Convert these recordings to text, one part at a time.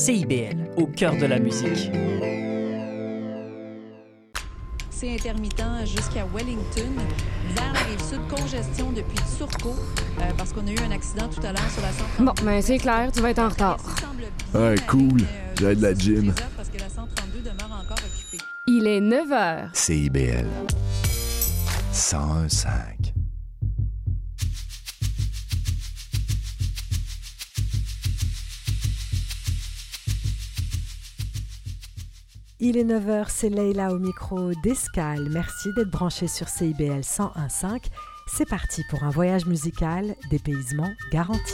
CIBL, au cœur de la musique. C'est intermittent jusqu'à Wellington. Vers la Rive-Sud, congestion depuis Turcot, parce qu'on a eu un accident tout à l'heure sur la 132. Bon, ben c'est clair, tu vas être en retard. Ouais, cool. J'ai de la gym. Parce que la 132 demeure encore occupée. Il est 9h. CIBL 101.5. Il est 9h, c'est Leïla au micro d'Escale. Merci d'être branché sur CIBL 101.5. C'est parti pour un voyage musical, dépaysement garanti.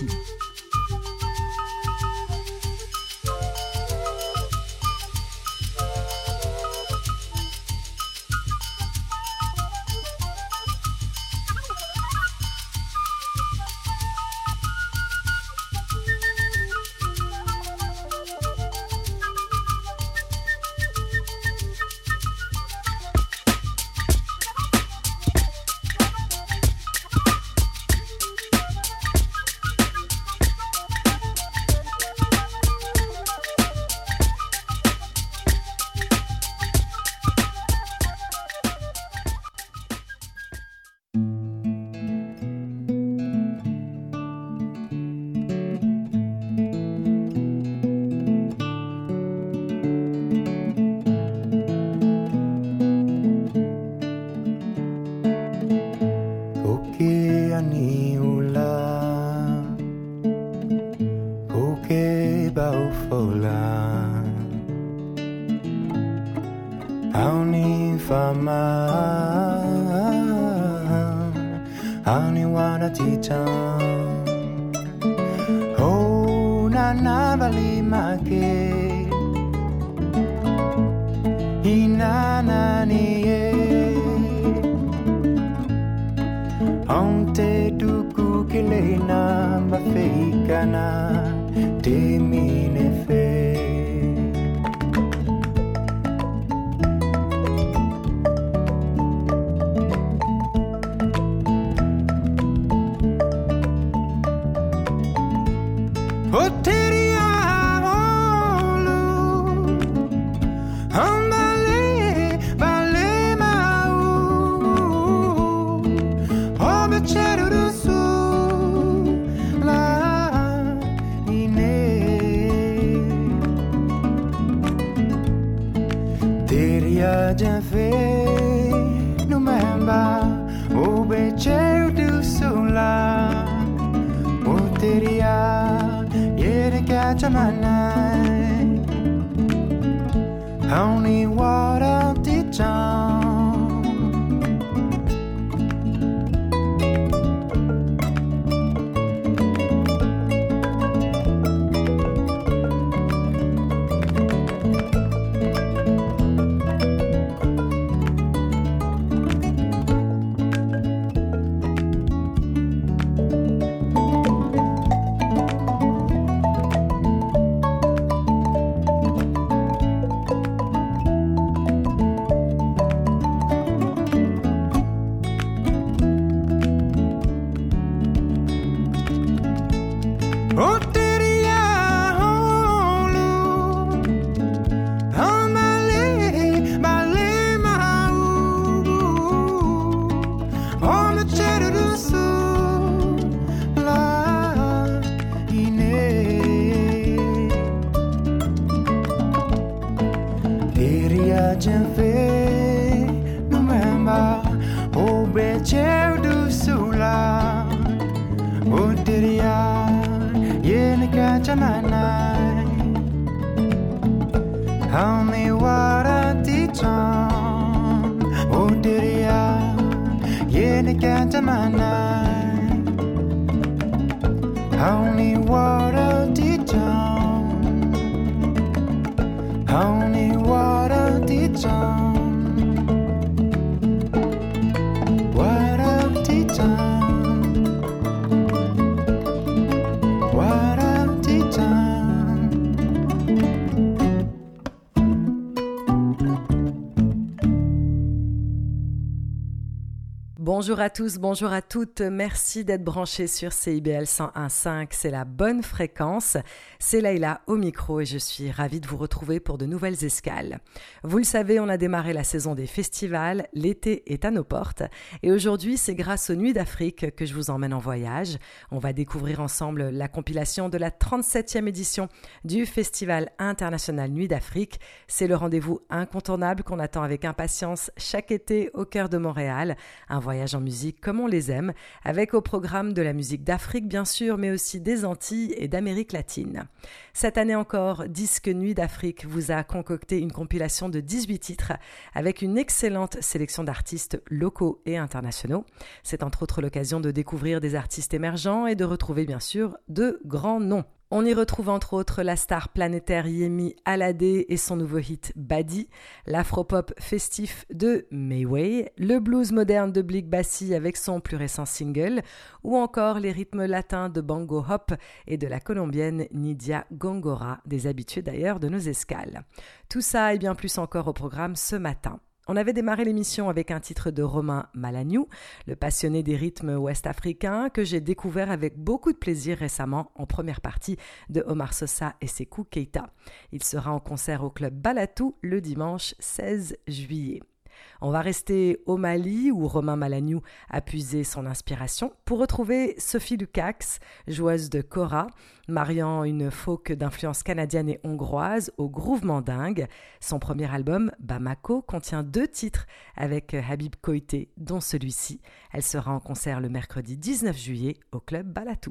Bonjour à tous, bonjour à toutes. Merci d'être branchés sur CIBL 101.5. C'est la bonne fréquence. C'est Leïla au micro et je suis ravie de vous retrouver pour de nouvelles escales. Vous le savez, on a démarré la saison des festivals. L'été est à nos portes. Et aujourd'hui, c'est grâce aux Nuits d'Afrique que je vous emmène en voyage. On va découvrir ensemble la compilation de la 37e édition du Festival international Nuits d'Afrique. C'est le rendez-vous incontournable qu'on attend avec impatience chaque été au cœur de Montréal. Un voyage en musique comme on les aime, avec au programme de la musique d'Afrique bien sûr, mais aussi des Antilles et d'Amérique latine. Cette année encore, Disque Nuits d'Afrique vous a concocté une compilation de 18 titres avec une excellente sélection d'artistes locaux et internationaux. C'est entre autres l'occasion de découvrir des artistes émergents et de retrouver bien sûr de grands noms. On y retrouve entre autres la star planétaire Yemi Alade et son nouveau hit Badi, l'afropop festif de Mayway, le blues moderne de Blick Bassi avec son plus récent single, ou encore les rythmes latins de Bongo Hop et de la colombienne Nidia Gongora, des habitués d'ailleurs de nos escales. Tout ça et bien plus encore au programme ce matin. On avait démarré l'émission avec un titre de Romain Malagnou, le passionné des rythmes ouest-africains que j'ai découvert avec beaucoup de plaisir récemment en première partie de Omar Sosa et Sékou Keita. Il sera en concert au club Balatou le dimanche 16 juillet. On va rester au Mali où Romain Malagnou a puisé son inspiration pour retrouver Sophie Lukacs, joueuse de kora, mariant une folk d'influence canadienne et hongroise au groove mandingue. Son premier album, Bamako, contient 2 titres avec Habib Koité, dont celui-ci. Elle sera en concert le mercredi 19 juillet au club Balatou.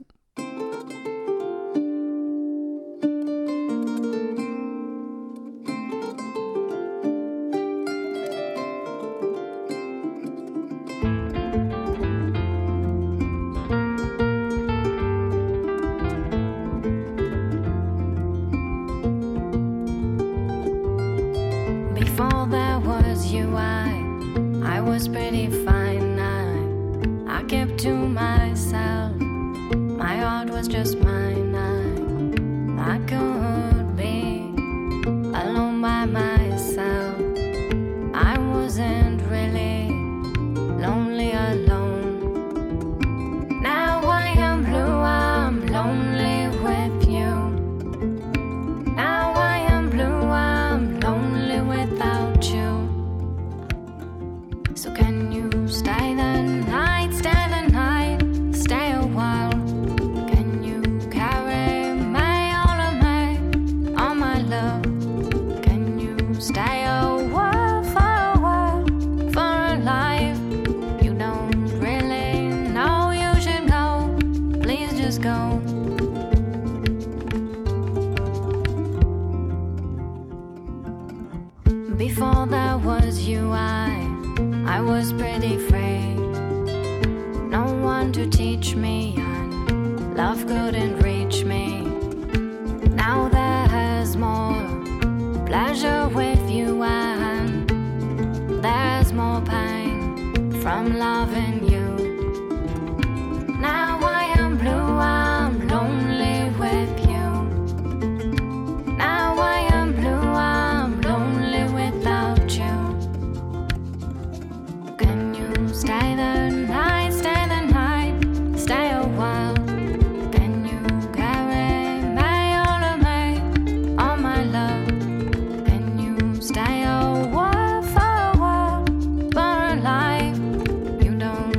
Before there was you, I was pretty free. No one to teach me, and love couldn't reach me. Now there's more pleasure with you, and there's more pain from loving you. Now I am blue, I'm lonely with you. Now I am blue, I'm lonely without you. Can you stay the night, stay the night, stay a while? Can you carry me, all of me, all my love? Can you stay a while for a while, for a life? You don't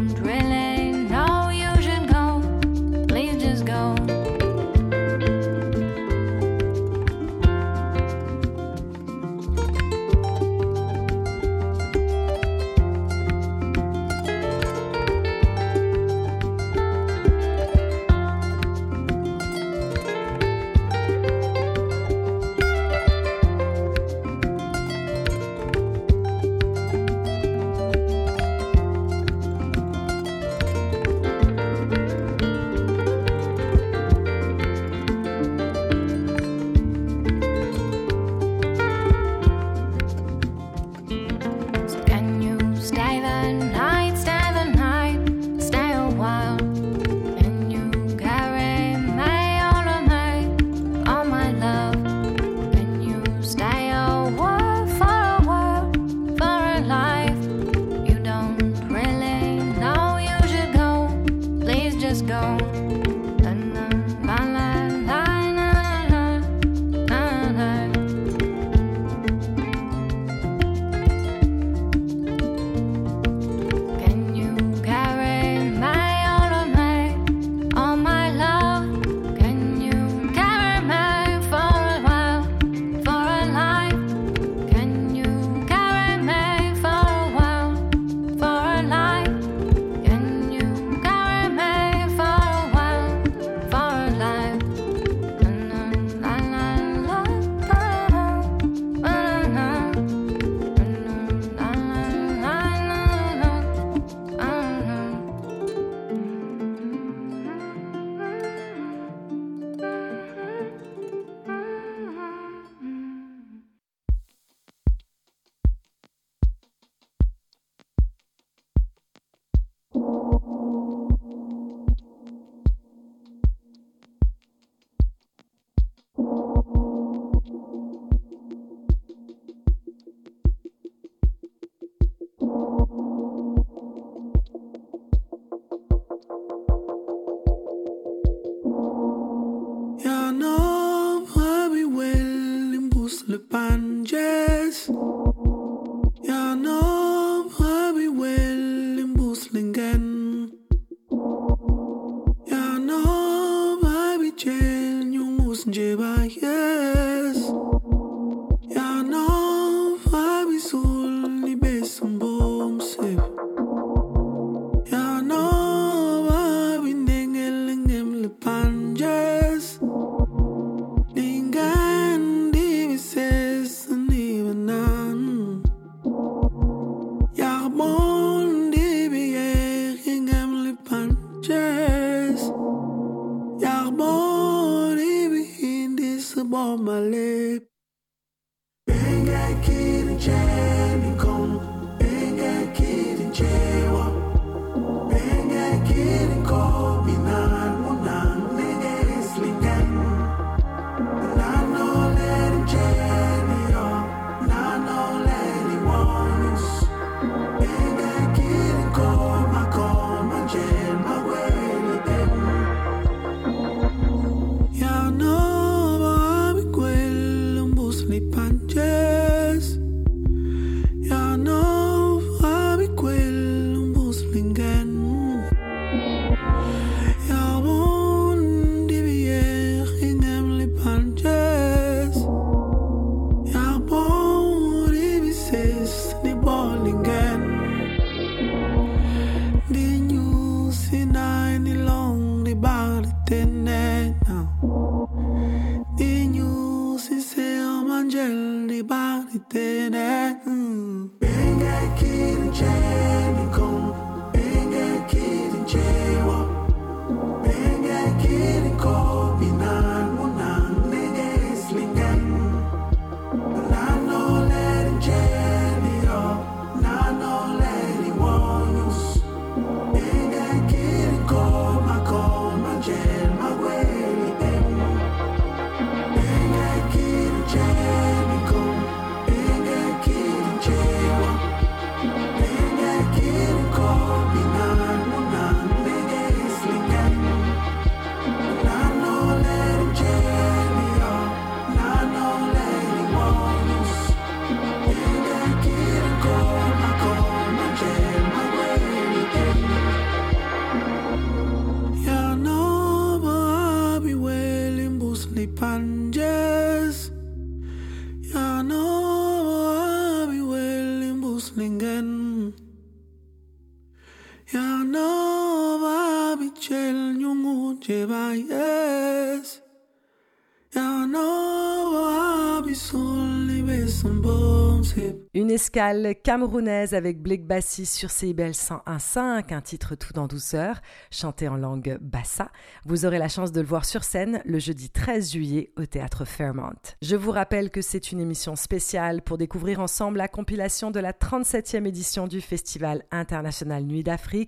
Une escale camerounaise avec Blake Bassi sur CIBL 101.5, un titre tout en douceur, chanté en langue bassa. Vous aurez la chance de le voir sur scène le jeudi 13 juillet au théâtre Fairmont. Je vous rappelle que c'est une émission spéciale pour découvrir ensemble la compilation de la 37e édition du Festival international Nuit d'Afrique,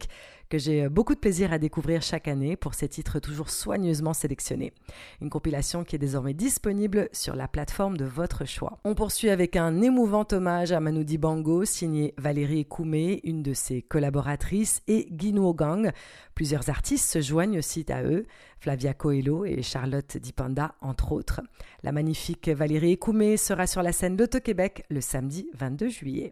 que j'ai beaucoup de plaisir à découvrir chaque année pour ces titres toujours soigneusement sélectionnés. Une compilation qui est désormais disponible sur la plateforme de votre choix. On poursuit avec un émouvant hommage à Manu Dibango, signé Valérie Koumé, une de ses collaboratrices, et Guinouo Gang. Plusieurs artistes se joignent aussi à eux, Flavia Coelho et Charlotte Dipanda, entre autres. La magnifique Valérie Koumé sera sur la scène d'Auto-Québec le samedi 22 juillet.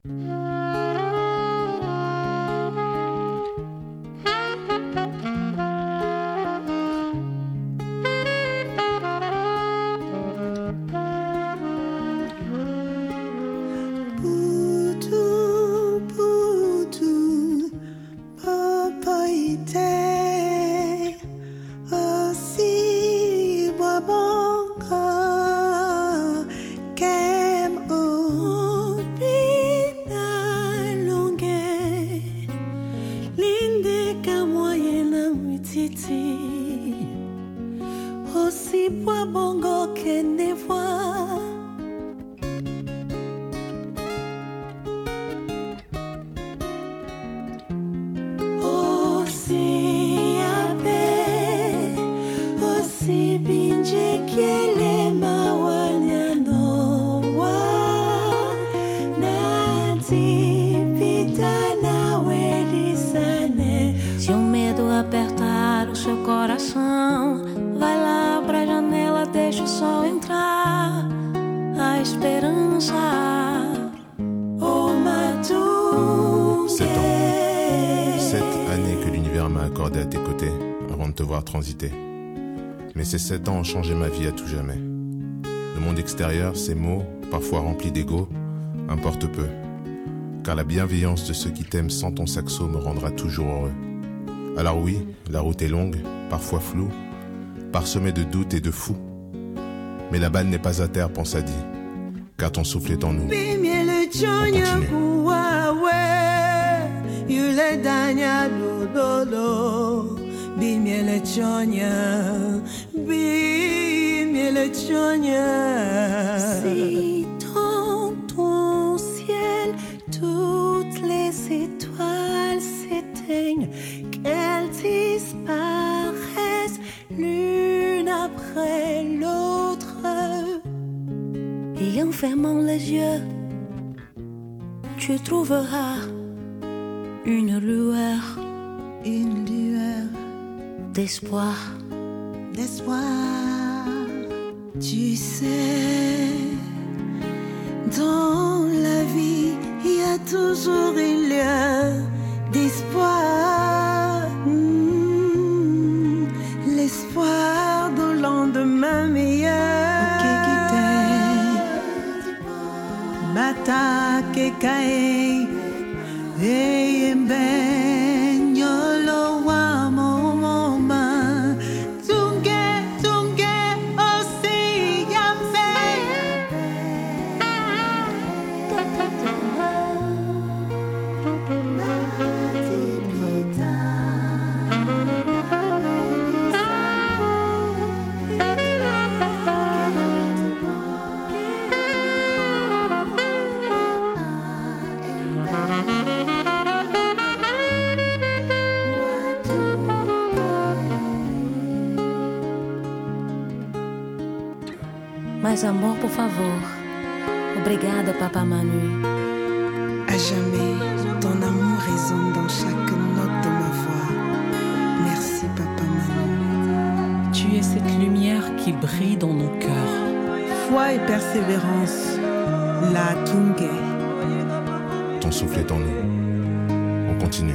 Transiter. Mais ces 7 ans ont changé ma vie à tout jamais. Le monde extérieur, ces mots, parfois remplis d'ego, importent peu. Car la bienveillance de ceux qui t'aiment sans ton saxo me rendra toujours heureux. Alors oui, la route est longue, parfois floue, parsemée de doutes et de fous. Mais la balle n'est pas à terre, pense Adi, car ton souffle est en nous. On continue. Bimiele chonya, bimiele chonya. Si dans ton ciel toutes les étoiles s'éteignent, qu'elles disparaissent l'une après l'autre, et en fermant les yeux, tu trouveras une lueur d'espoir, Tu sais, dans la vie, il y a toujours une lueur d'espoir. L'espoir d'un lendemain meilleur. Bata kekae, Mais amor, por favor. Obrigada, Papa Manu. À jamais, ton amour résonne dans chaque note de ma voix. Merci, Papa Manu. Tu es cette lumière qui brille dans nos cœurs. Foi et persévérance, la Tungue. Ton souffle est en nous. On continue.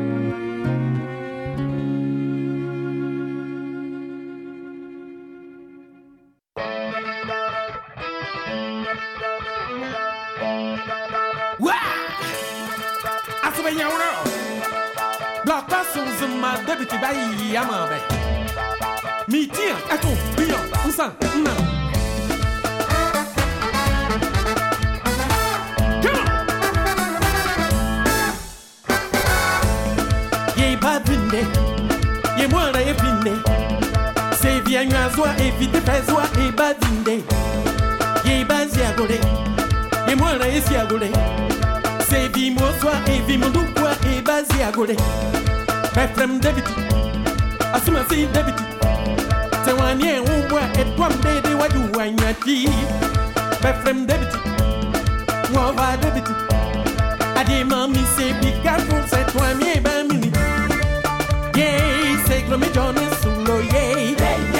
Evite pezwa e badinde ye bazi agole ye mwana esi agole se vi moswa e vi mondukwa e bazi agole Befrem debiti, asuma si debiti. Se wanye umbwa etwa mbede wadu wanyati. Befrem debiti, wava debiti. Adi mami se bika for se toi mie ben mini. Yay, se glome Johnny sulo yay.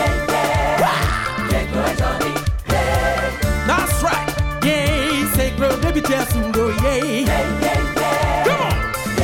That's right. Yay, se glome debiti sulo yay. Come on.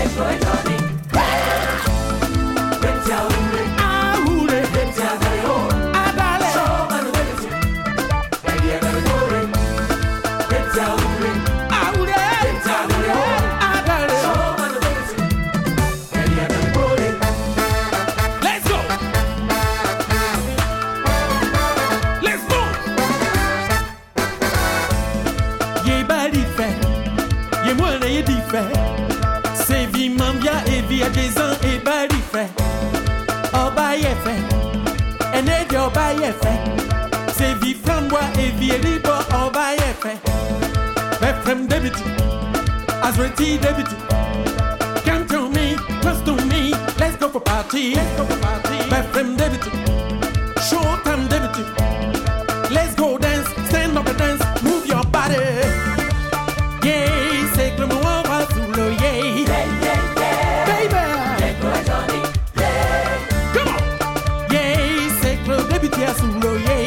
C'est vie mambia et vie à des ans et bari fait. Oh bah y'a fait. Et n'est de oh bah y'a fait. C'est vie frambois et vie libre. Oh bah y'a fait. Befrem debiti. Azreti debiti. Come to me, close to me. Let's go for party. Befrem debiti. Short time debiti. Let's go dance. Stand up and dance. Move your body. Yeah, c'est que mon va sous le yay. Baby, come on. Yeah, c'est que le débuté sous le yay.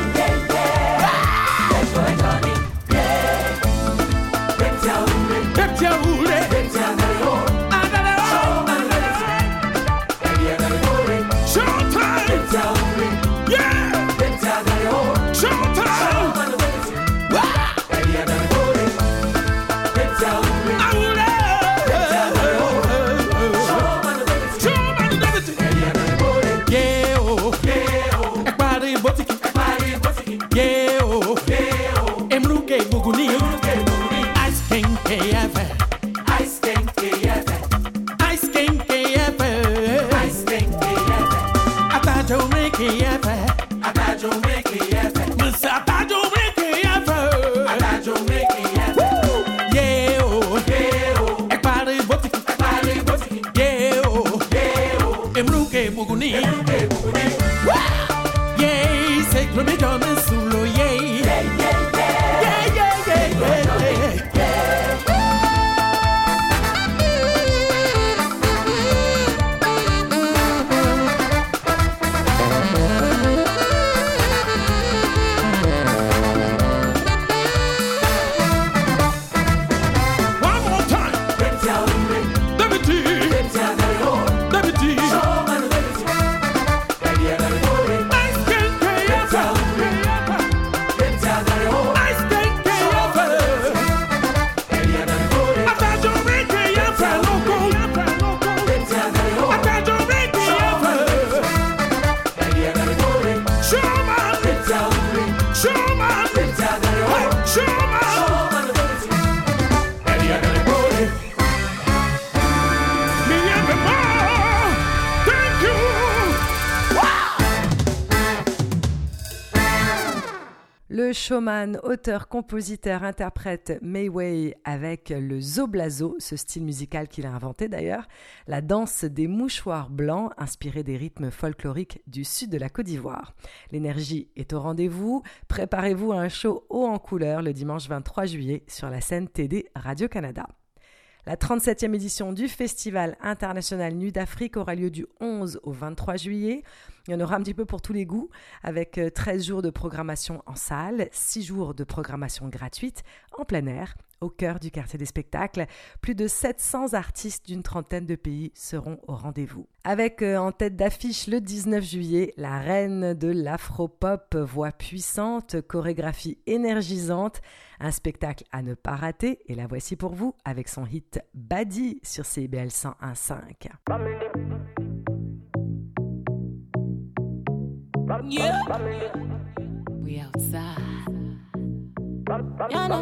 Le showman, auteur, compositeur, interprète Mayway avec le zoblazo, ce style musical qu'il a inventé d'ailleurs, la danse des mouchoirs blancs inspirée des rythmes folkloriques du sud de la Côte d'Ivoire. L'énergie est au rendez-vous, préparez-vous à un show haut en couleur le dimanche 23 juillet sur la scène TD Radio-Canada. La 37e édition du Festival international Nu d'Afrique aura lieu du 11 au 23 juillet. Il y en aura un petit peu pour tous les goûts, avec 13 jours de programmation en salle, 6 jours de programmation gratuite en plein air, au cœur du quartier des spectacles. Plus de 700 artistes d'une trentaine de pays seront au rendez-vous. Avec en tête d'affiche le 19 juillet, la reine de l'afro-pop, voix puissante, chorégraphie énergisante, un spectacle à ne pas rater, et la voici pour vous avec son hit Badi sur CIBL 101.5. Yeah, we outside. You know.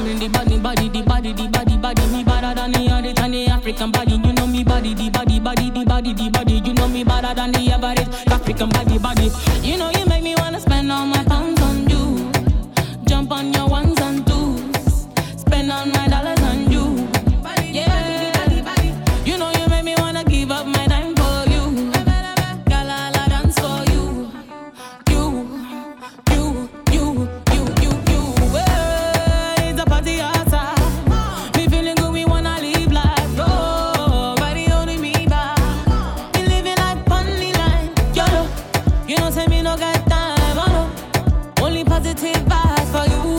mean the body, me better than the other than the African body. You know me body, the body. You know me better than the average African body. You know you make me wanna spend all my pounds on you. Jump on your ones and twos. Spend all my dollars on you. Yeah. You know you make me wanna give up my time for you. Girl, I'll dance for you. You. Hey, it's a party outside. We feeling good, we wanna live life. Nobody holding me back. We living like funny line. You know, say me no got time. Oh no, only positive vibes for you.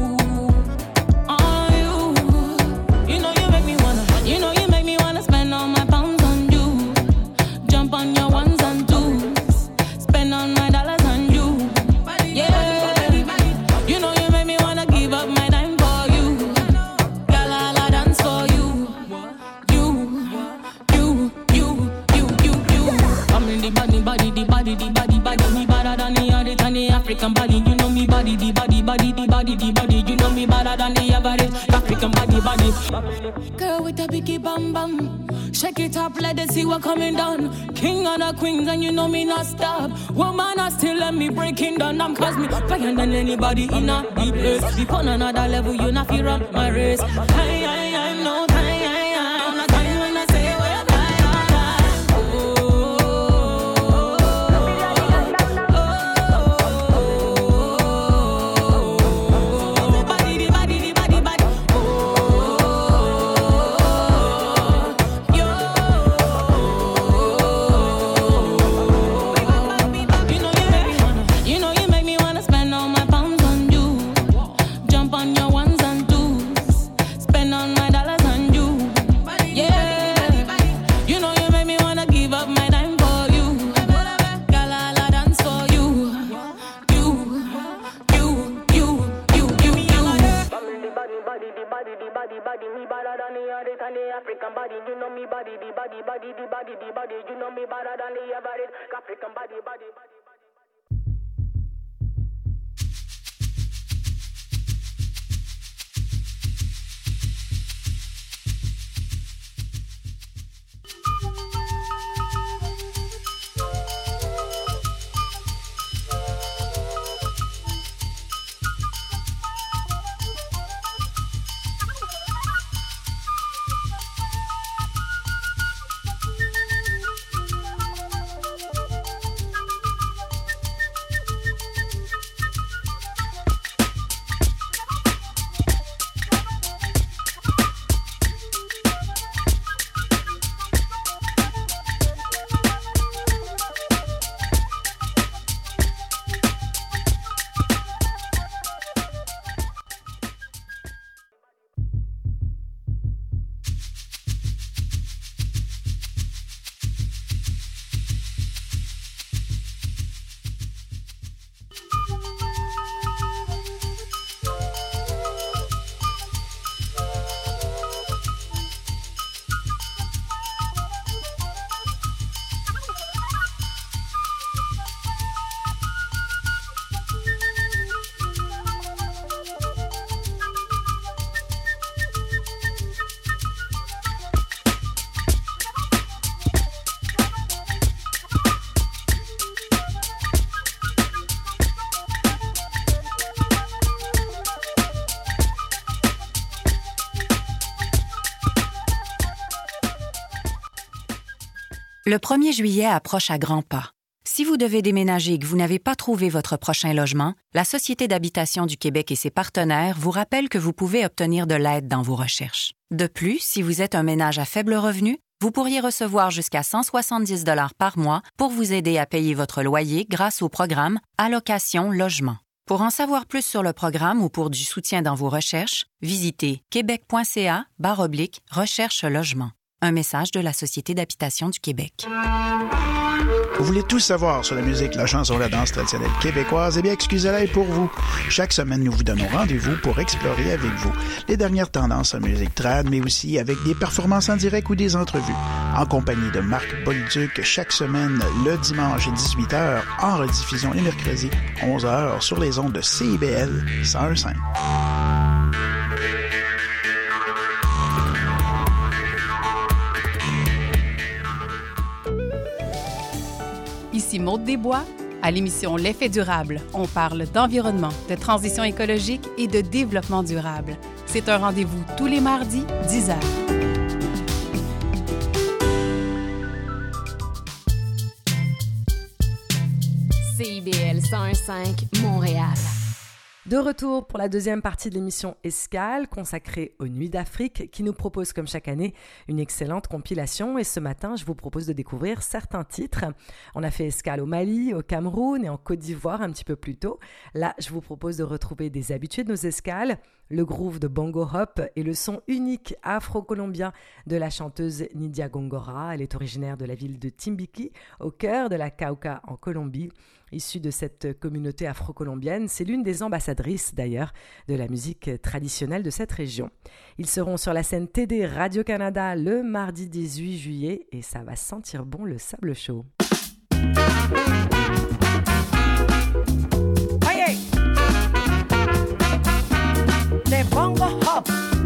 On your ones and twos, spend all my dollars on you. Yeah, you know you make me wanna give up my time for you. Girl, I'll dance for you. You. I'm in the body, me better than the other than the African body. You know me body, the body. You know me better than the average African body. Girl with a biggie bam bam. Shake it up, let us see what coming down. King of the queens and you know me not stop. Woman, I still let me breaking down. I'm cause me higher than anybody in a deep place. Deep on another level, you not feel run my race. I'm no time. I'm not time when I say where I'm me better than the other than the African body. You know me body, the body. You know me better than the average African body. Le 1er juillet approche à grands pas. Si vous devez déménager et que vous n'avez pas trouvé votre prochain logement, la Société d'habitation du Québec et ses partenaires vous rappellent que vous pouvez obtenir de l'aide dans vos recherches. De plus, si vous êtes un ménage à faible revenu, vous pourriez recevoir jusqu'à 170 $ par mois pour vous aider à payer votre loyer grâce au programme Allocation Logement. Pour en savoir plus sur le programme ou pour du soutien dans vos recherches, visitez québec.ca/recherche logement. Un message de la Société d'habitation du Québec. Vous voulez tout savoir sur la musique, la chanson, la danse traditionnelle québécoise? Eh bien, excusez-la pour vous. Chaque semaine, nous vous donnons rendez-vous pour explorer avec vous les dernières tendances en musique trad, mais aussi avec des performances en direct ou des entrevues. En compagnie de Marc Bolduc, chaque semaine, le dimanche à 18h, en rediffusion les mercredis, 11h, sur les ondes de CIBL 101.5. Ici Maude Desbois. À l'émission L'effet durable, on parle d'environnement, de transition écologique et de développement durable. C'est un rendez-vous tous les mardis, 10h. CIBL 101.5 Montréal. De retour pour la deuxième partie de l'émission Escale, consacrée aux Nuits d'Afrique, qui nous propose comme chaque année une excellente compilation. Et ce matin, je vous propose de découvrir certains titres. On a fait escale au Mali, au Cameroun et en Côte d'Ivoire un petit peu plus tôt. Là, je vous propose de retrouver des habitués de nos escales, le groove de Bongo Hop et le son unique afro-colombien de la chanteuse Nidia Gongora. Elle est originaire de la ville de Timbiqui, au cœur de la Cauca en Colombie. Issue de cette communauté afro-colombienne, c'est l'une des ambassadrices d'ailleurs de la musique traditionnelle de cette région. Ils seront sur la scène TD Radio-Canada le mardi 18 juillet et ça va sentir bon le sable chaud. Oye, de Bongo Hop.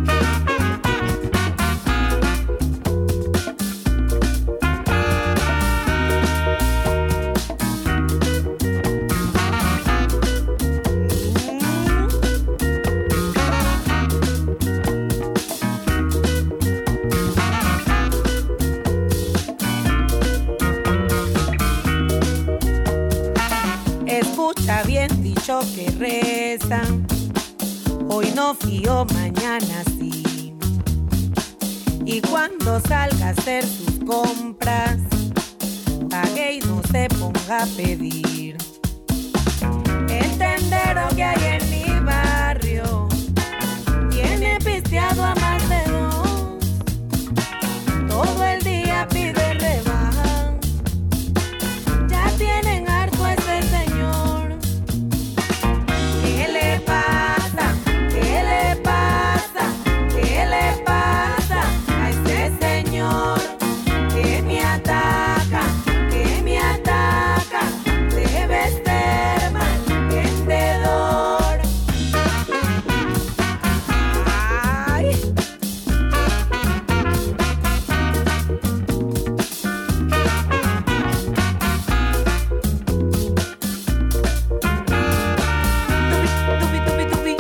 Escucha bien dicho que rezan, hoy no fío, mañana sí. Y cuando salga a hacer sus compras, pague y no se ponga a pedir. El tendero que hay en mi barrio tiene pisteado a más de dos. Todo el día pide rebaja, ya tienen harto a ese señor. ¿Qué le pasa? ¿Qué le pasa? ¿Qué le pasa a ese señor que me ataca? Que me ataca, debe ser mal vendedor. Ay. Tupi, tupi, tupi.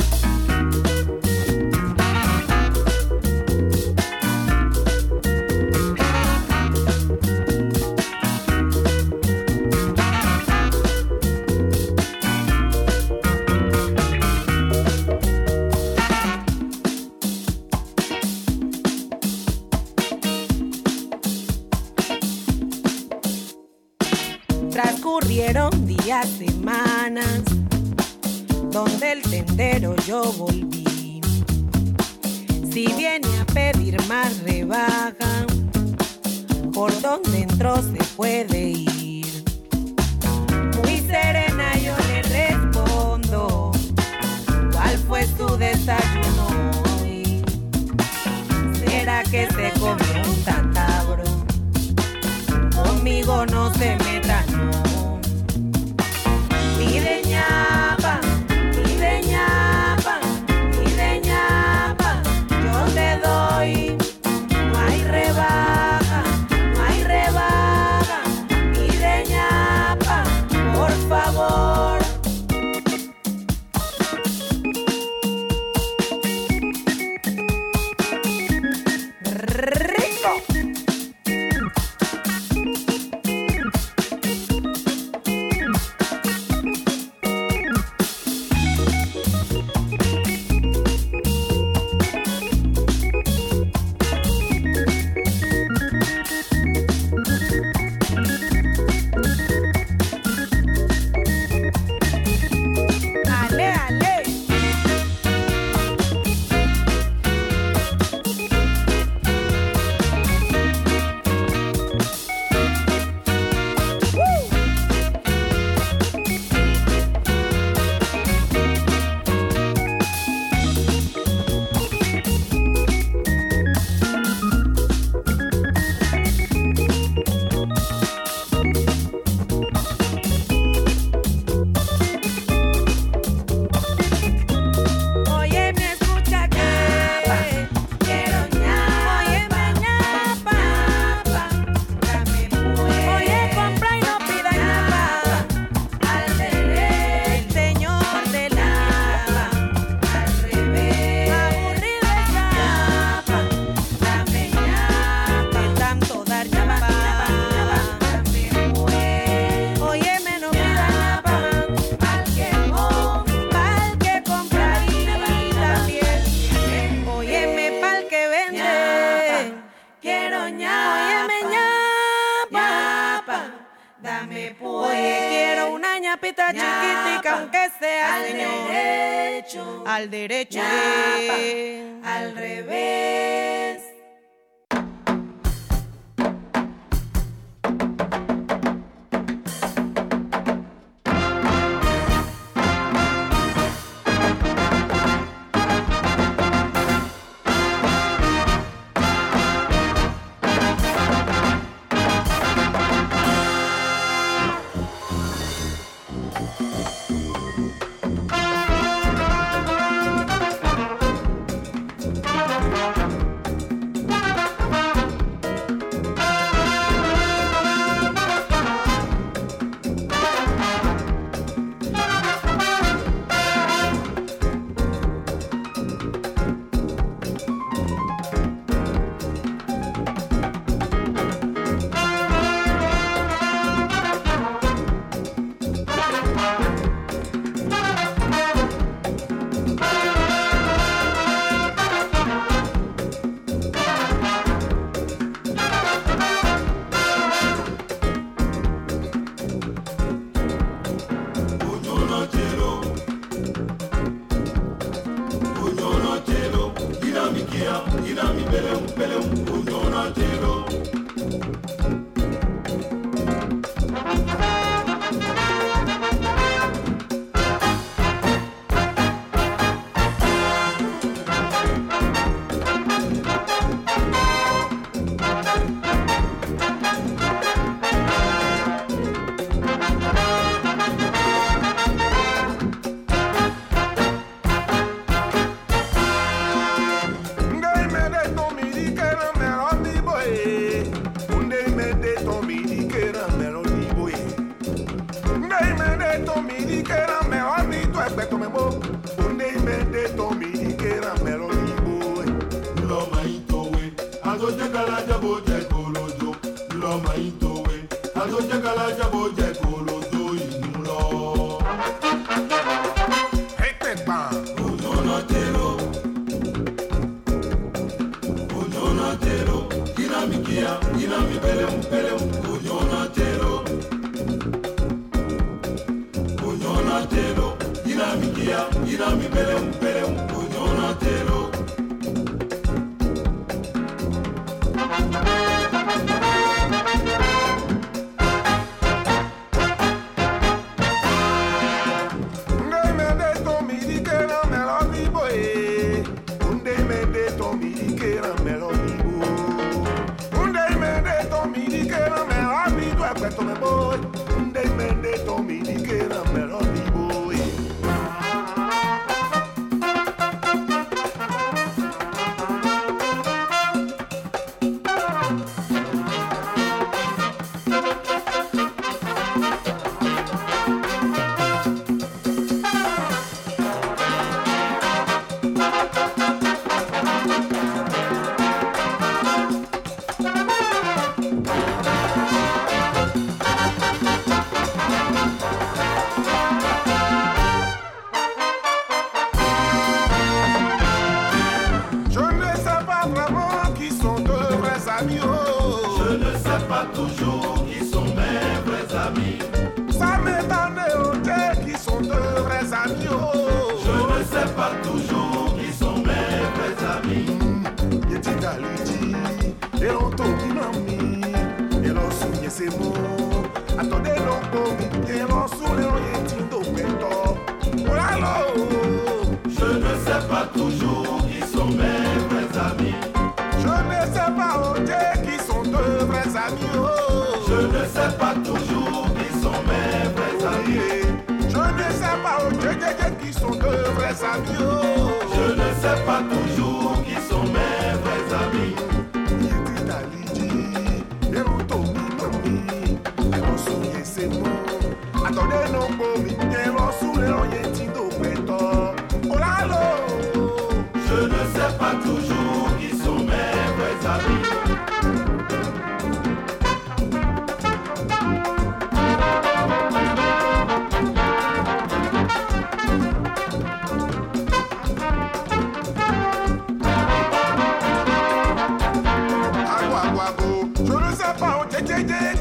Transcurrieron días, semanas, donde el tendero yo volví. Si viene a pedir más rebaja, por donde entró se puede ir. Muy serena yo le respondo, ¿cuál fue su desayuno hoy? ¿Será que se comió un tatabro? Conmigo no se meta, no. Pide ñapa, pide ñapa, pide ñapa, yo te doy. No hay rebaja, no hay rebaja. Pide ñapa, por favor. Rico. al derecho, al revés.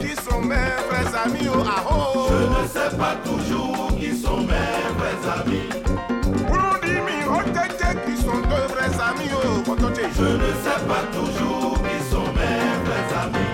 Je ne sais pas toujours qui sont mes vrais amis. Je ne sais pas toujours qui sont mes vrais amis.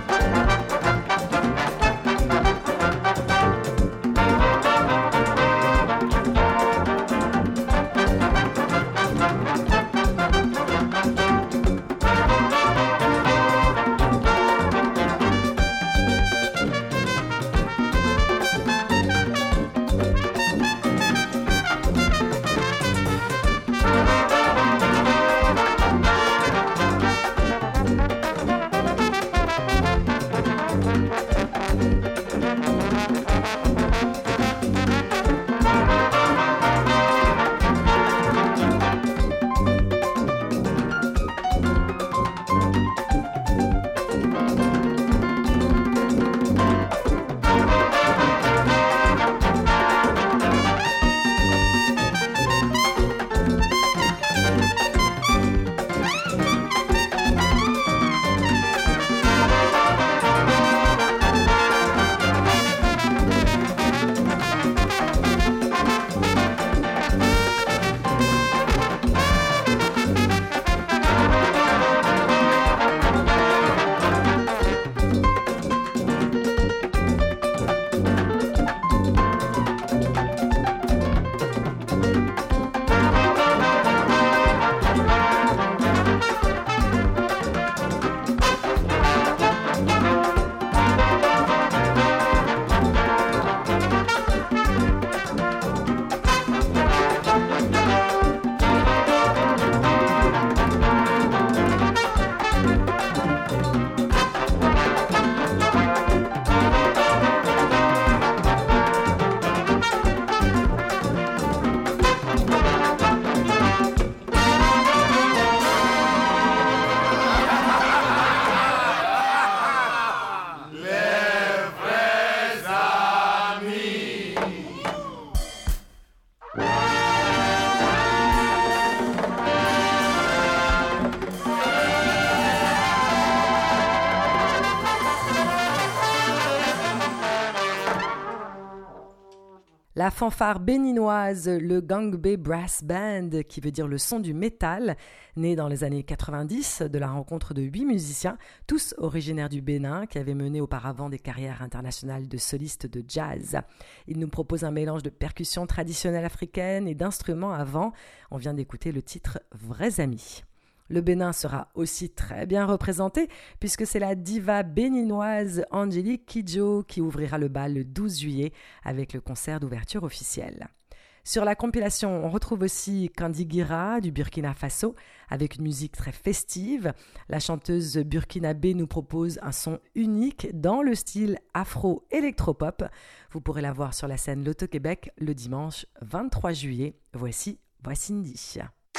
La fanfare béninoise, le Gangbé Brass Band, qui veut dire le son du métal, né dans les années 90 de la rencontre de 8 musiciens, tous originaires du Bénin, qui avaient mené auparavant des carrières internationales de solistes de jazz. Ils nous proposent un mélange de percussions traditionnelles africaines et d'instruments avant. On vient d'écouter le titre « Vrais amis ». Le Bénin sera aussi très bien représenté puisque c'est la diva béninoise Angélique Kidjo qui ouvrira le bal le 12 juillet avec le concert d'ouverture officiel. Sur la compilation, on retrouve aussi Kandi Gira du Burkina Faso avec une musique très festive. La chanteuse burkinabé nous propose un son unique dans le style afro-électropop. Vous pourrez la voir sur la scène Loto-Québec le dimanche 23 juillet. Voici Voicindi.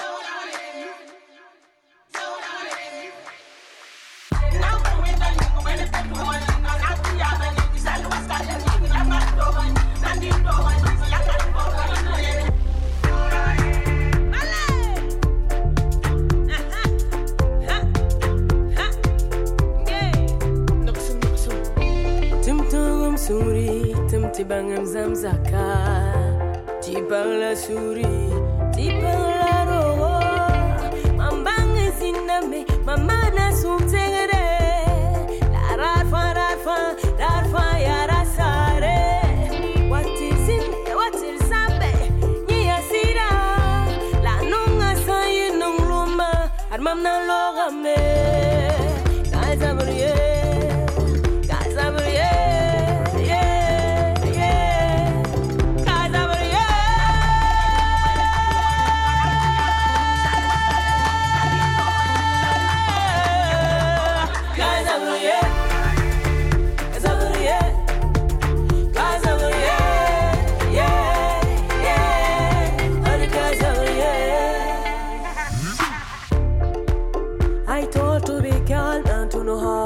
Suri, temti bangam zamzaka, ti bangla suri, ti bangla roho, mambange ziname, mamana sumtengere, la rarfa ya rasare, watil zambe, ni asira, la nunga sayi nungluma, armam na logame, kazabriye. I told to be calm and to know how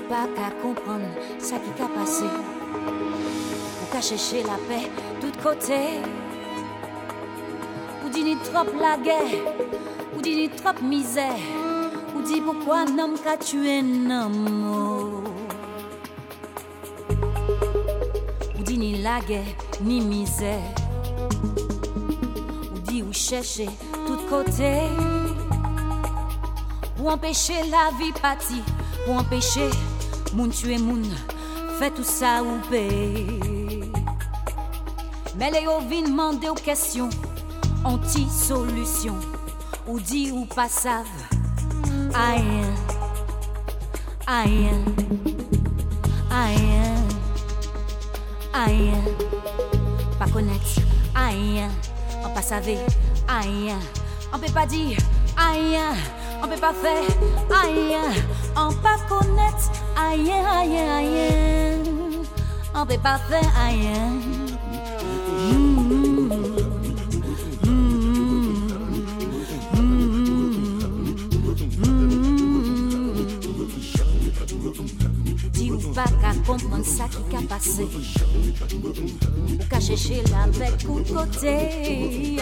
pas qu'à comprendre ça qui a passé. Ou qu'à chercher la paix tout côté. Ou dit ni trop la guerre, ou dit ni trop misère, ou dit pourquoi n'homme qu'a tué un homme. Ou dit ni la guerre, ni misère, ou dit ou chercher tout côté. Pour empêcher la vie partie, pour empêcher moun tuer moun, fait tout ça ou paye. Mais les ovins demandent aux questions, anti-solution, ou dit ou pas savent, aïe, aïe, aïe, aïe, pas connaître, aïe, on pas savait, aïe, on peut pas dire, aïe. On peut pas faire aïe, on pas connaître aïe, aïe, aïe. On peut pas faire aïe. Dis ou pas qu'à comprendre ça qui a passé. Ou qu'à chercher la bête coup de côté.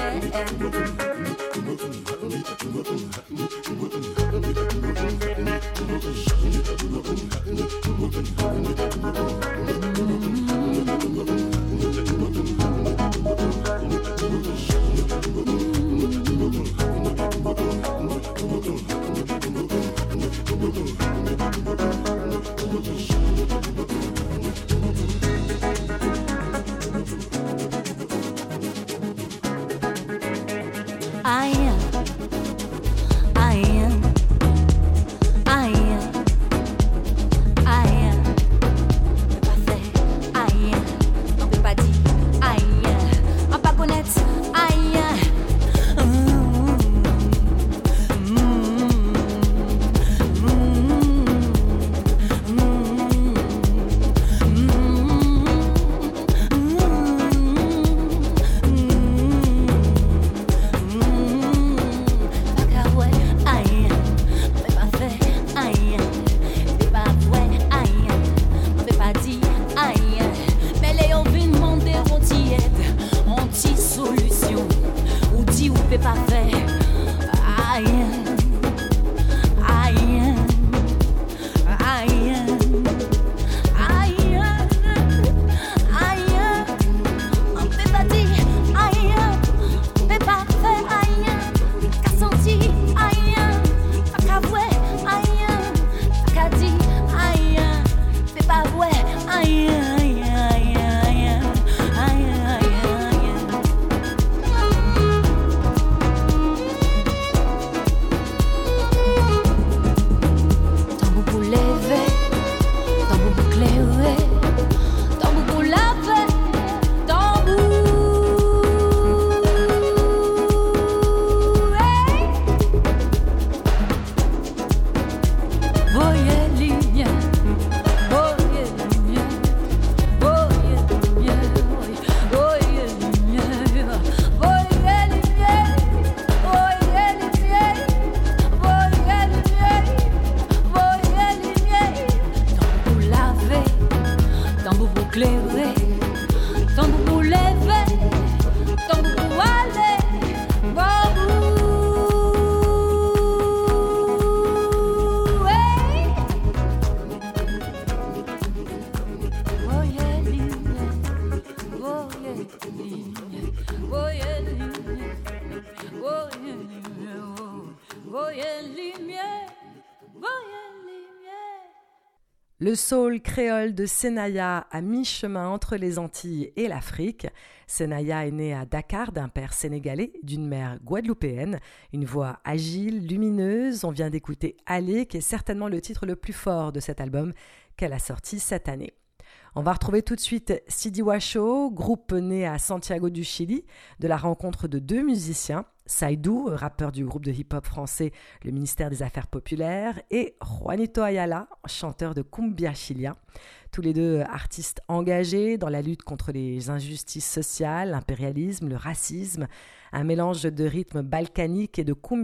Le soul créole de Senaya à mi-chemin entre les Antilles et l'Afrique. Senaya est née à Dakar d'un père sénégalais, d'une mère guadeloupéenne. Une voix agile, lumineuse. On vient d'écouter Allez, qui est certainement le titre le plus fort de cet album qu'elle a sorti cette année. On va retrouver tout de suite Sidi Washo, groupe né à Santiago du Chili, de la rencontre de deux musiciens, Saïdou, rappeur du groupe de hip-hop français Le Ministère des Affaires Populaires, et Juanito Ayala, chanteur de cumbia chilien. Tous les deux artistes engagés dans la lutte contre les injustices sociales, l'impérialisme, le racisme, un mélange de rythmes balkaniques et de cumbia,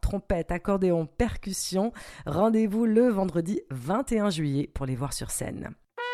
trompette, accordéon, percussion. Rendez-vous le vendredi 21 juillet pour les voir sur scène.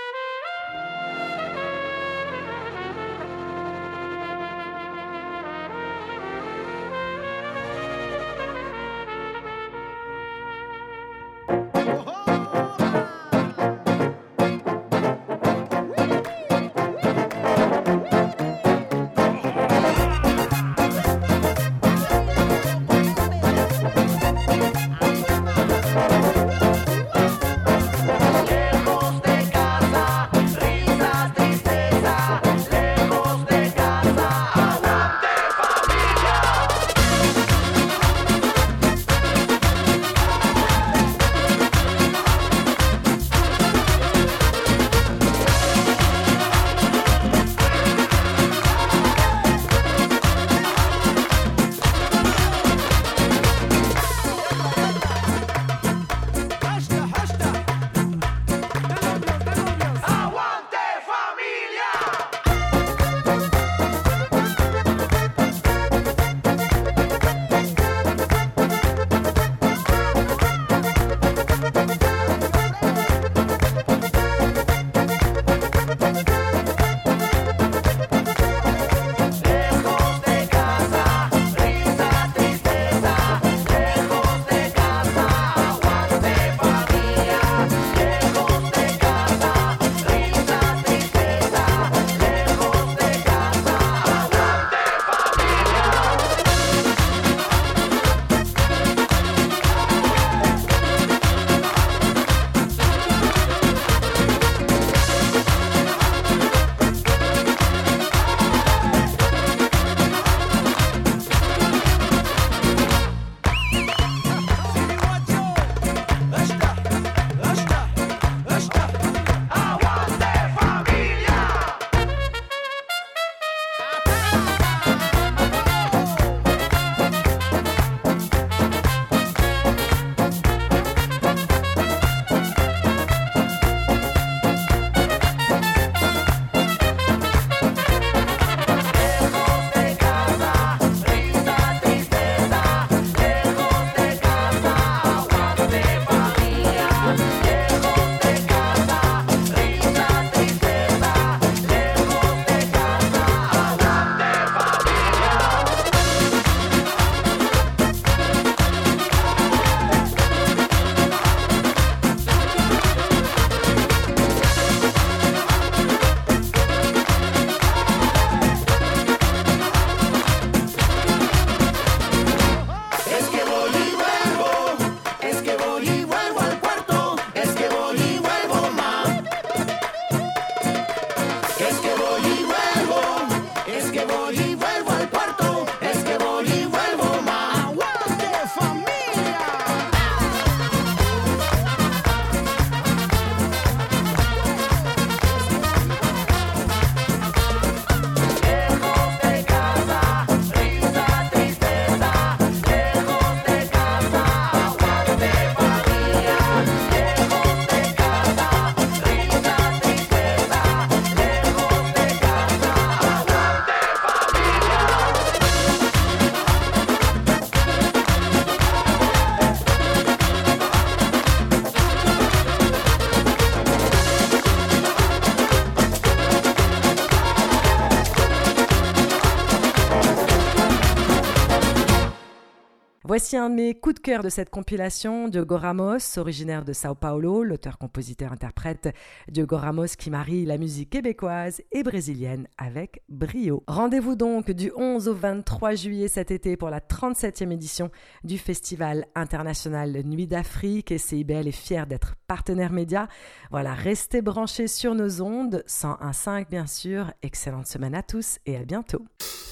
Voici un de mes coups de cœur de cette compilation, Diogo Ramos, originaire de Sao Paulo, l'auteur-compositeur-interprète Diogo Ramos qui marie la musique québécoise et brésilienne avec brio. Rendez-vous donc du 11 au 23 juillet cet été pour la 37e édition du Festival international Nuit d'Afrique et CIBL est fier d'être partenaire média. Voilà, restez branchés sur nos ondes, 101.5 bien sûr. Excellente semaine à tous et à bientôt.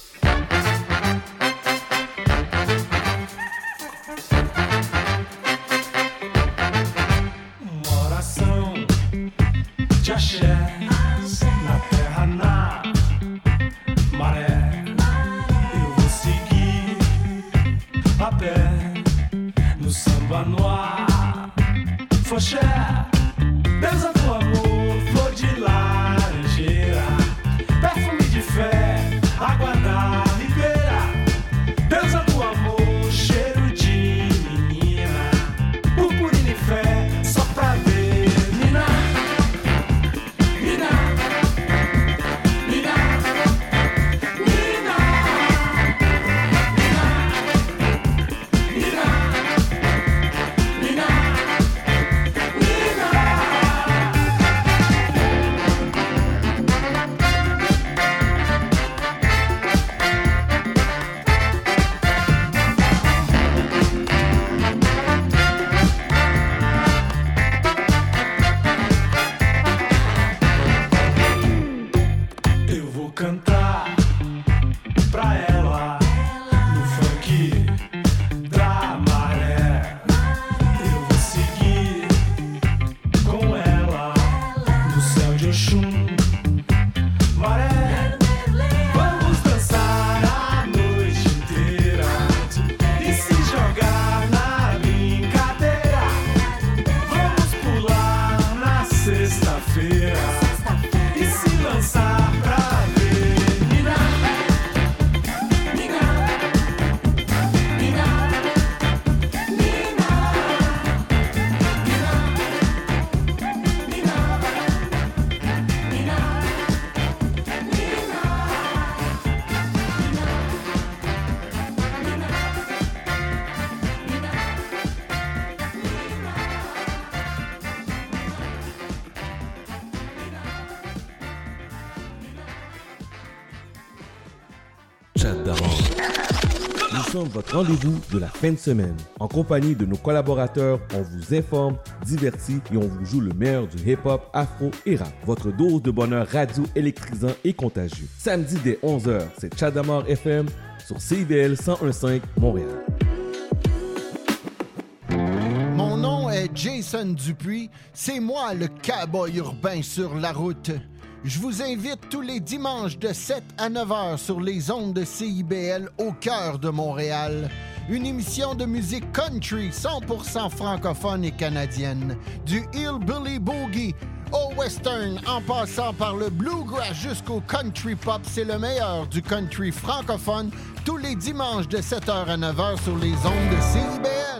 De axé, na terra, na maré. Eu vou seguir a pé no samba noir. Foché, Deus do amor, flor de laranjeira, perfume de fé, água da ribeira. Deus do amor, cheiro de d'Orange. Nous sommes votre rendez-vous de la fin de semaine. En compagnie de nos collaborateurs, on vous informe, divertit et on vous joue le meilleur du hip-hop, afro et rap. Votre dose de bonheur radio électrisant et contagieux. Samedi dès 11h, c'est Chadamar FM sur CIBL 101.5 Montréal. Mon nom est Jason Dupuis. C'est moi le cowboy urbain sur la route. Je vous invite tous les dimanches de 7 à 9 heures sur les ondes de CIBL au cœur de Montréal. Une émission de musique country 100% francophone et canadienne. Du hillbilly boogie au western en passant par le bluegrass jusqu'au country pop. C'est le meilleur du country francophone tous les dimanches de 7h à 9h sur les ondes de CIBL.